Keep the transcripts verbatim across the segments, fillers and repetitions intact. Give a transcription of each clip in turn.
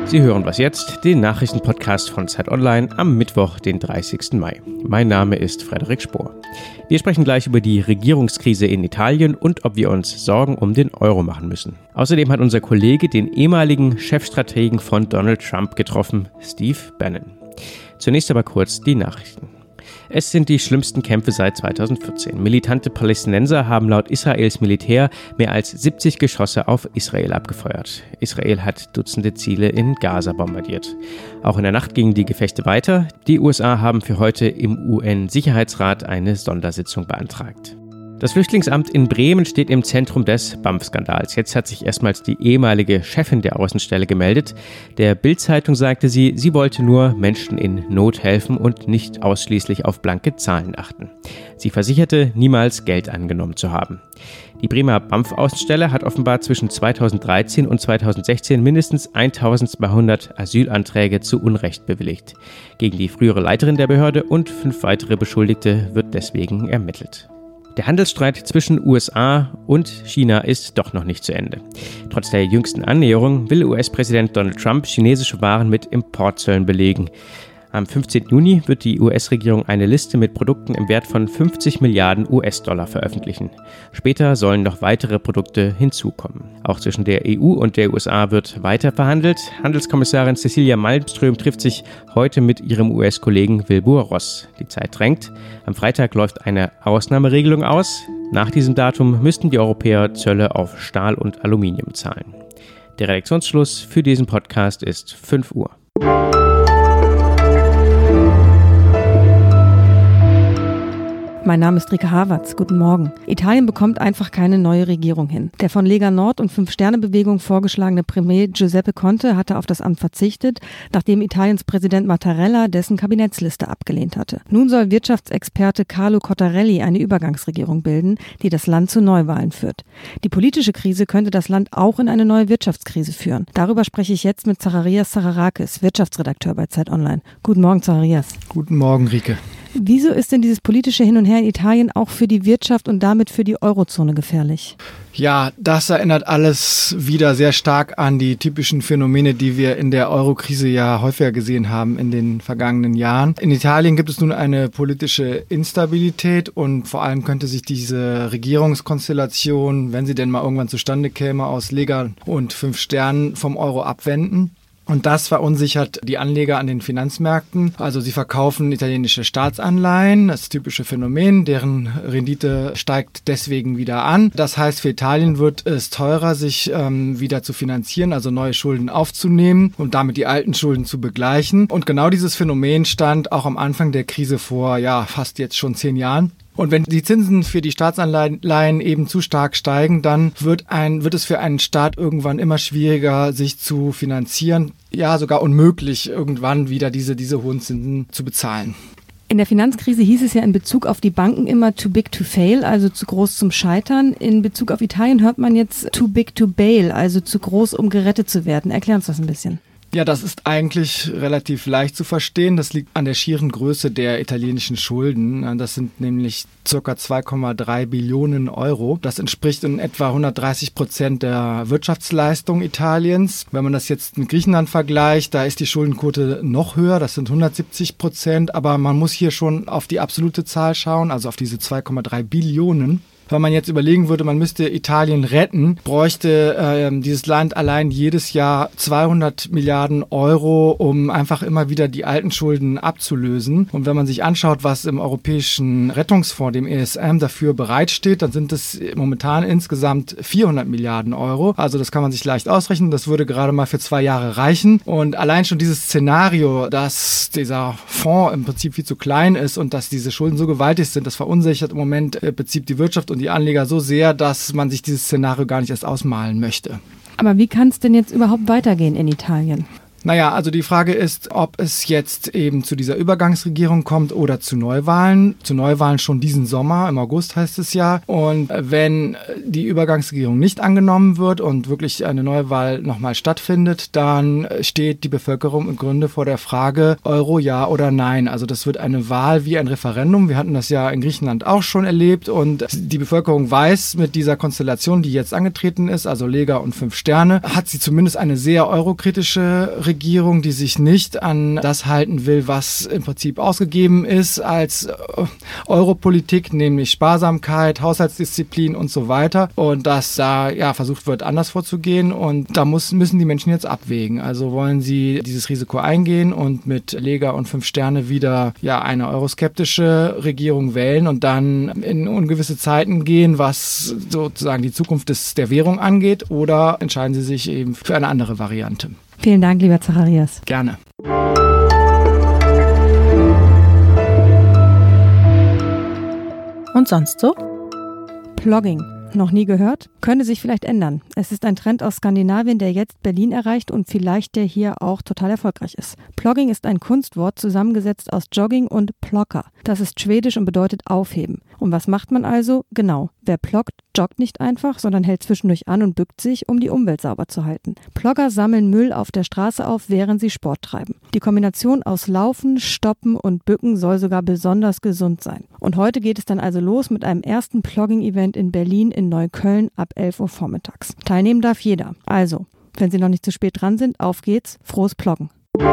Sie hören Was jetzt, den Nachrichtenpodcast von Zeit Online am Mittwoch, den dreißigsten Mai. Mein Name ist Frederik Spohr. Wir sprechen gleich über die Regierungskrise in Italien und ob wir uns Sorgen um den Euro machen müssen. Außerdem hat unser Kollege den ehemaligen Chefstrategen von Donald Trump getroffen, Steve Bannon. Zunächst aber kurz die Nachrichten. Es sind die schlimmsten Kämpfe seit zweitausendvierzehn. Militante Palästinenser haben laut Israels Militär mehr als siebzig Geschosse auf Israel abgefeuert. Israel hat Dutzende Ziele in Gaza bombardiert. Auch in der Nacht gingen die Gefechte weiter. Die U S A haben für heute im U N-Sicherheitsrat eine Sondersitzung beantragt. Das Flüchtlingsamt in Bremen steht im Zentrum des B A M F-Skandals. Jetzt hat sich erstmals die ehemalige Chefin der Außenstelle gemeldet. Der Bild-Zeitung sagte sie, sie wollte nur Menschen in Not helfen und nicht ausschließlich auf blanke Zahlen achten. Sie versicherte, niemals Geld angenommen zu haben. Die Bremer B A M F-Außenstelle hat offenbar zwischen zweitausenddreizehn und zweitausendsechzehn mindestens eintausendzweihundert Asylanträge zu Unrecht bewilligt. Gegen die frühere Leiterin der Behörde und fünf weitere Beschuldigte wird deswegen ermittelt. Der Handelsstreit zwischen U S A und China ist doch noch nicht zu Ende. Trotz der jüngsten Annäherung will U S-Präsident Donald Trump chinesische Waren mit Importzöllen belegen. Am fünfzehnten Juni wird die U S-Regierung eine Liste mit Produkten im Wert von fünfzig Milliarden U S-Dollar veröffentlichen. Später sollen noch weitere Produkte hinzukommen. Auch zwischen der E U und der U S A wird weiter verhandelt. Handelskommissarin Cecilia Malmström trifft sich heute mit ihrem U S-Kollegen Wilbur Ross. Die Zeit drängt. Am Freitag läuft eine Ausnahmeregelung aus. Nach diesem Datum müssten die Europäer Zölle auf Stahl und Aluminium zahlen. Der Redaktionsschluss für diesen Podcast ist fünf Uhr. Mein Name ist Rike Havertz. Guten Morgen. Italien bekommt einfach keine neue Regierung hin. Der von Lega Nord und Fünf-Sterne-Bewegung vorgeschlagene Premier Giuseppe Conte hatte auf das Amt verzichtet, nachdem Italiens Präsident Mattarella dessen Kabinettsliste abgelehnt hatte. Nun soll Wirtschaftsexperte Carlo Cottarelli eine Übergangsregierung bilden, die das Land zu Neuwahlen führt. Die politische Krise könnte das Land auch in eine neue Wirtschaftskrise führen. Darüber spreche ich jetzt mit Zacharias Zacharakis, Wirtschaftsredakteur bei Zeit Online. Guten Morgen, Zacharias. Guten Morgen, Rike. Wieso ist denn dieses politische Hin und Her in Italien auch für die Wirtschaft und damit für die Eurozone gefährlich? Ja, das erinnert alles wieder sehr stark an die typischen Phänomene, die wir in der Eurokrise ja häufiger gesehen haben in den vergangenen Jahren. In Italien gibt es nun eine politische Instabilität und vor allem könnte sich diese Regierungskonstellation, wenn sie denn mal irgendwann zustande käme, aus Lega und Fünf Sternen vom Euro abwenden. Und das verunsichert die Anleger an den Finanzmärkten. Also sie verkaufen italienische Staatsanleihen, das typische Phänomen, deren Rendite steigt deswegen wieder an. Das heißt, für Italien wird es teurer, sich ähm, wieder zu finanzieren, also neue Schulden aufzunehmen und damit die alten Schulden zu begleichen. Und genau dieses Phänomen stand auch am Anfang der Krise vor, ja, fast jetzt schon zehn Jahren. Und wenn die Zinsen für die Staatsanleihen eben zu stark steigen, dann wird ein, wird es für einen Staat irgendwann immer schwieriger, sich zu finanzieren. Ja, sogar unmöglich, irgendwann wieder diese, diese hohen Zinsen zu bezahlen. In der Finanzkrise hieß es ja in Bezug auf die Banken immer too big to fail, also zu groß zum Scheitern. In Bezug auf Italien hört man jetzt too big to bail, also zu groß, um gerettet zu werden. Erklär uns das ein bisschen. Ja, das ist eigentlich relativ leicht zu verstehen. Das liegt an der schieren Größe der italienischen Schulden. Das sind nämlich ca. zwei Komma drei Billionen Euro. Das entspricht in etwa hundertdreißig Prozent der Wirtschaftsleistung Italiens. Wenn man das jetzt mit Griechenland vergleicht, da ist die Schuldenquote noch höher. Das sind hundertsiebzig Prozent. Aber man muss hier schon auf die absolute Zahl schauen, also auf diese zwei Komma drei Billionen. Wenn man jetzt überlegen würde, man müsste Italien retten, bräuchte äh, dieses Land allein jedes Jahr zweihundert Milliarden Euro, um einfach immer wieder die alten Schulden abzulösen. Und wenn man sich anschaut, was im Europäischen Rettungsfonds, dem E S M, dafür bereitsteht, dann sind es momentan insgesamt vierhundert Milliarden Euro. Also das kann man sich leicht ausrechnen. Das würde gerade mal für zwei Jahre reichen. Und allein schon dieses Szenario, dass dieser Fonds im Prinzip viel zu klein ist und dass diese Schulden so gewaltig sind, das verunsichert im Moment im Prinzip die Wirtschaft und die Anleger so sehr, dass man sich dieses Szenario gar nicht erst ausmalen möchte. Aber wie kann es denn jetzt überhaupt weitergehen in Italien? Naja, also die Frage ist, ob es jetzt eben zu dieser Übergangsregierung kommt oder zu Neuwahlen. Zu Neuwahlen schon diesen Sommer, im August heißt es ja. Und wenn die Übergangsregierung nicht angenommen wird und wirklich eine Neuwahl nochmal stattfindet, dann steht die Bevölkerung im Grunde vor der Frage, Euro ja oder nein. Also das wird eine Wahl wie ein Referendum. Wir hatten das ja in Griechenland auch schon erlebt. Und die Bevölkerung weiß, mit dieser Konstellation, die jetzt angetreten ist, also Lega und Fünf Sterne, hat sie zumindest eine sehr eurokritische Regierung. Regierung, die sich nicht an das halten will, was im Prinzip ausgegeben ist als Europolitik, nämlich Sparsamkeit, Haushaltsdisziplin und so weiter. Und dass da ja versucht wird, anders vorzugehen. Und da muss, müssen die Menschen jetzt abwägen. Also wollen sie dieses Risiko eingehen und mit Lega und Fünf Sterne wieder ja eine euroskeptische Regierung wählen und dann in ungewisse Zeiten gehen, was sozusagen die Zukunft des, der Währung angeht, oder entscheiden sie sich eben für eine andere Variante. Vielen Dank, lieber Zacharias. Gerne. Und sonst so? Plogging. Noch nie gehört? Könnte sich vielleicht ändern. Es ist ein Trend aus Skandinavien, der jetzt Berlin erreicht und vielleicht der hier auch total erfolgreich ist. Plogging ist ein Kunstwort, zusammengesetzt aus Jogging und Plocka. Das ist schwedisch und bedeutet aufheben. Und was macht man also? Genau, wer ploggt, joggt nicht einfach, sondern hält zwischendurch an und bückt sich, um die Umwelt sauber zu halten. Plogger sammeln Müll auf der Straße auf, während sie Sport treiben. Die Kombination aus Laufen, Stoppen und Bücken soll sogar besonders gesund sein. Und heute geht es dann also los mit einem ersten Plogging-Event in Berlin in Neukölln ab elf Uhr vormittags. Teilnehmen darf jeder. Also, wenn Sie noch nicht zu spät dran sind, auf geht's, frohes Ploggen.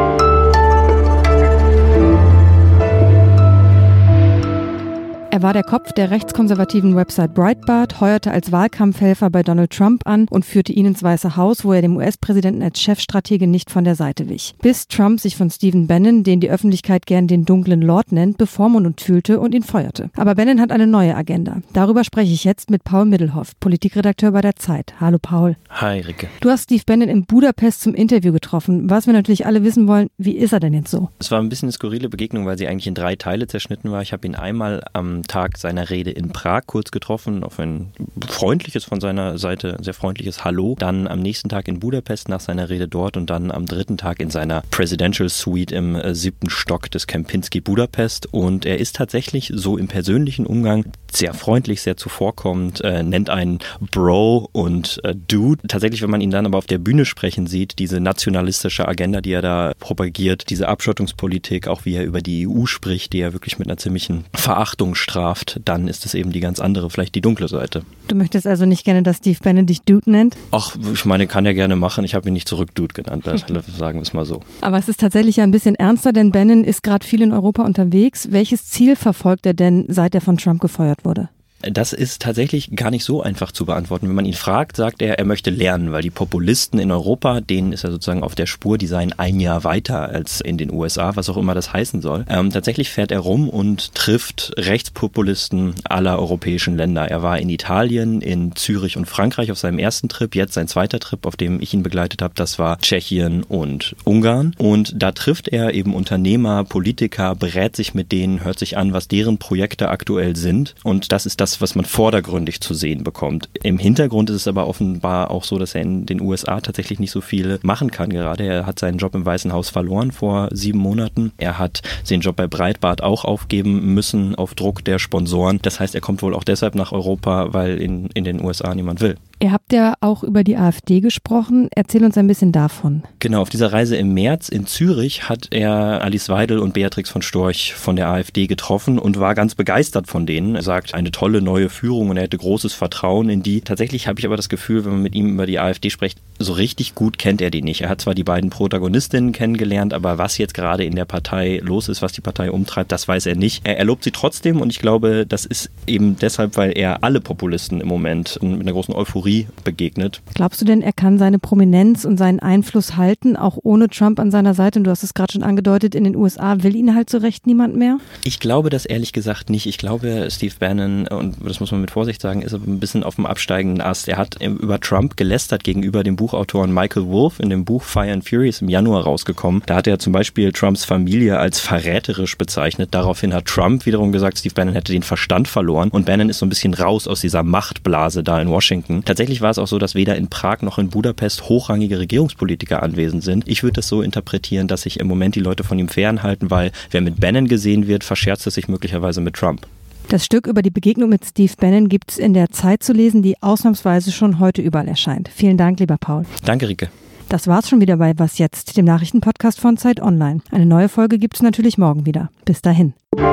Er war der Kopf der rechtskonservativen Website Breitbart, heuerte als Wahlkampfhelfer bei Donald Trump an und führte ihn ins Weiße Haus, wo er dem U S-Präsidenten als Chefstratege nicht von der Seite wich. Bis Trump sich von Stephen Bannon, den die Öffentlichkeit gern den dunklen Lord nennt, bevormundet fühlte und ihn feuerte. Aber Bannon hat eine neue Agenda. Darüber spreche ich jetzt mit Paul Middelhoff, Politikredakteur bei der Zeit. Hallo Paul. Hi Ricke. Du hast Steve Bannon in Budapest zum Interview getroffen. Was wir natürlich alle wissen wollen, wie ist er denn jetzt so? Es war ein bisschen eine skurrile Begegnung, weil sie eigentlich in drei Teile zerschnitten war. Ich habe ihn einmal am Tag seiner Rede in Prag kurz getroffen, auf ein freundliches von seiner Seite, sehr freundliches Hallo. Dann am nächsten Tag in Budapest nach seiner Rede dort und dann am dritten Tag in seiner Presidential Suite im äh, siebten Stock des Kempinski Budapest. Und er ist tatsächlich so im persönlichen Umgang sehr freundlich, sehr zuvorkommend, äh, nennt einen Bro und äh, Dude. Tatsächlich, wenn man ihn dann aber auf der Bühne sprechen sieht, diese nationalistische Agenda, die er da propagiert, diese Abschottungspolitik, auch wie er über die E U spricht, die er wirklich mit einer ziemlichen Verachtung straft, dann ist es eben die ganz andere, vielleicht die dunkle Seite. Du möchtest also nicht gerne, dass Steve Bannon dich Dude nennt? Ach, ich meine, kann er gerne machen. Ich habe ihn nicht zurück Dude genannt, sagen wir es mal so. Aber es ist tatsächlich ja ein bisschen ernster, denn Bannon ist gerade viel in Europa unterwegs. Welches Ziel verfolgt er denn, seit er von Trump gefeuert wurde? Das ist tatsächlich gar nicht so einfach zu beantworten. Wenn man ihn fragt, sagt er, er möchte lernen, weil die Populisten in Europa, denen ist er sozusagen auf der Spur, die seien ein Jahr weiter als in den U S A, was auch immer das heißen soll. Ähm, tatsächlich fährt er rum und trifft Rechtspopulisten aller europäischen Länder. Er war in Italien, in Zürich und Frankreich auf seinem ersten Trip, jetzt sein zweiter Trip, auf dem ich ihn begleitet habe, das war Tschechien und Ungarn. Und da trifft er eben Unternehmer, Politiker, berät sich mit denen, hört sich an, was deren Projekte aktuell sind. Und das ist das, was man vordergründig zu sehen bekommt. Im Hintergrund ist es aber offenbar auch so, dass er in den U S A tatsächlich nicht so viel machen kann gerade. Er hat seinen Job im Weißen Haus verloren vor sieben Monaten. Er hat den Job bei Breitbart auch aufgeben müssen auf Druck der Sponsoren. Das heißt, er kommt wohl auch deshalb nach Europa, weil in, in den U S A niemand will. Ihr habt ja auch über die AfD gesprochen. Erzähl uns ein bisschen davon. Genau, auf dieser Reise im März in Zürich hat er Alice Weidel und Beatrix von Storch von der AfD getroffen und war ganz begeistert von denen. Er sagt, eine tolle neue Führung und er hätte großes Vertrauen in die. Tatsächlich habe ich aber das Gefühl, wenn man mit ihm über die AfD spricht, so richtig gut kennt er die nicht. Er hat zwar die beiden Protagonistinnen kennengelernt, aber was jetzt gerade in der Partei los ist, was die Partei umtreibt, das weiß er nicht. Er, er lobt sie trotzdem und ich glaube, das ist eben deshalb, weil er alle Populisten im Moment mit einer großen Euphorie begegnet. Glaubst du denn, er kann seine Prominenz und seinen Einfluss halten, auch ohne Trump an seiner Seite? Und du hast es gerade schon angedeutet, in den U S A will ihn halt so recht niemand mehr? Ich glaube das ehrlich gesagt nicht. Ich glaube, Steve Bannon, und das muss man mit Vorsicht sagen, ist aber ein bisschen auf dem absteigenden Ast. Er hat über Trump gelästert gegenüber dem Buchautoren Michael Wolff in dem Buch Fire and Fury, ist im Januar rausgekommen. Da hat er zum Beispiel Trumps Familie als verräterisch bezeichnet. Daraufhin hat Trump wiederum gesagt, Steve Bannon hätte den Verstand verloren und Bannon ist so ein bisschen raus aus dieser Machtblase da in Washington. Tatsächlich war es auch so, dass weder in Prag noch in Budapest hochrangige Regierungspolitiker anwesend sind. Ich würde das so interpretieren, dass sich im Moment die Leute von ihm fernhalten, weil wer mit Bannon gesehen wird, verscherzt es sich möglicherweise mit Trump. Das Stück über die Begegnung mit Steve Bannon gibt es in der Zeit zu lesen, die ausnahmsweise schon heute überall erscheint. Vielen Dank, lieber Paul. Danke, Rike. Das war's schon wieder bei Was Jetzt, dem Nachrichtenpodcast von Zeit Online. Eine neue Folge gibt's natürlich morgen wieder. Bis dahin.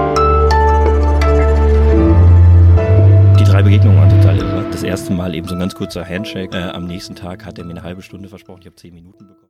Die drei Begegnungen waren total irre. Das erste Mal eben so ein ganz kurzer Handshake. Äh, am nächsten Tag hat er mir eine halbe Stunde versprochen. Ich habe zehn Minuten bekommen.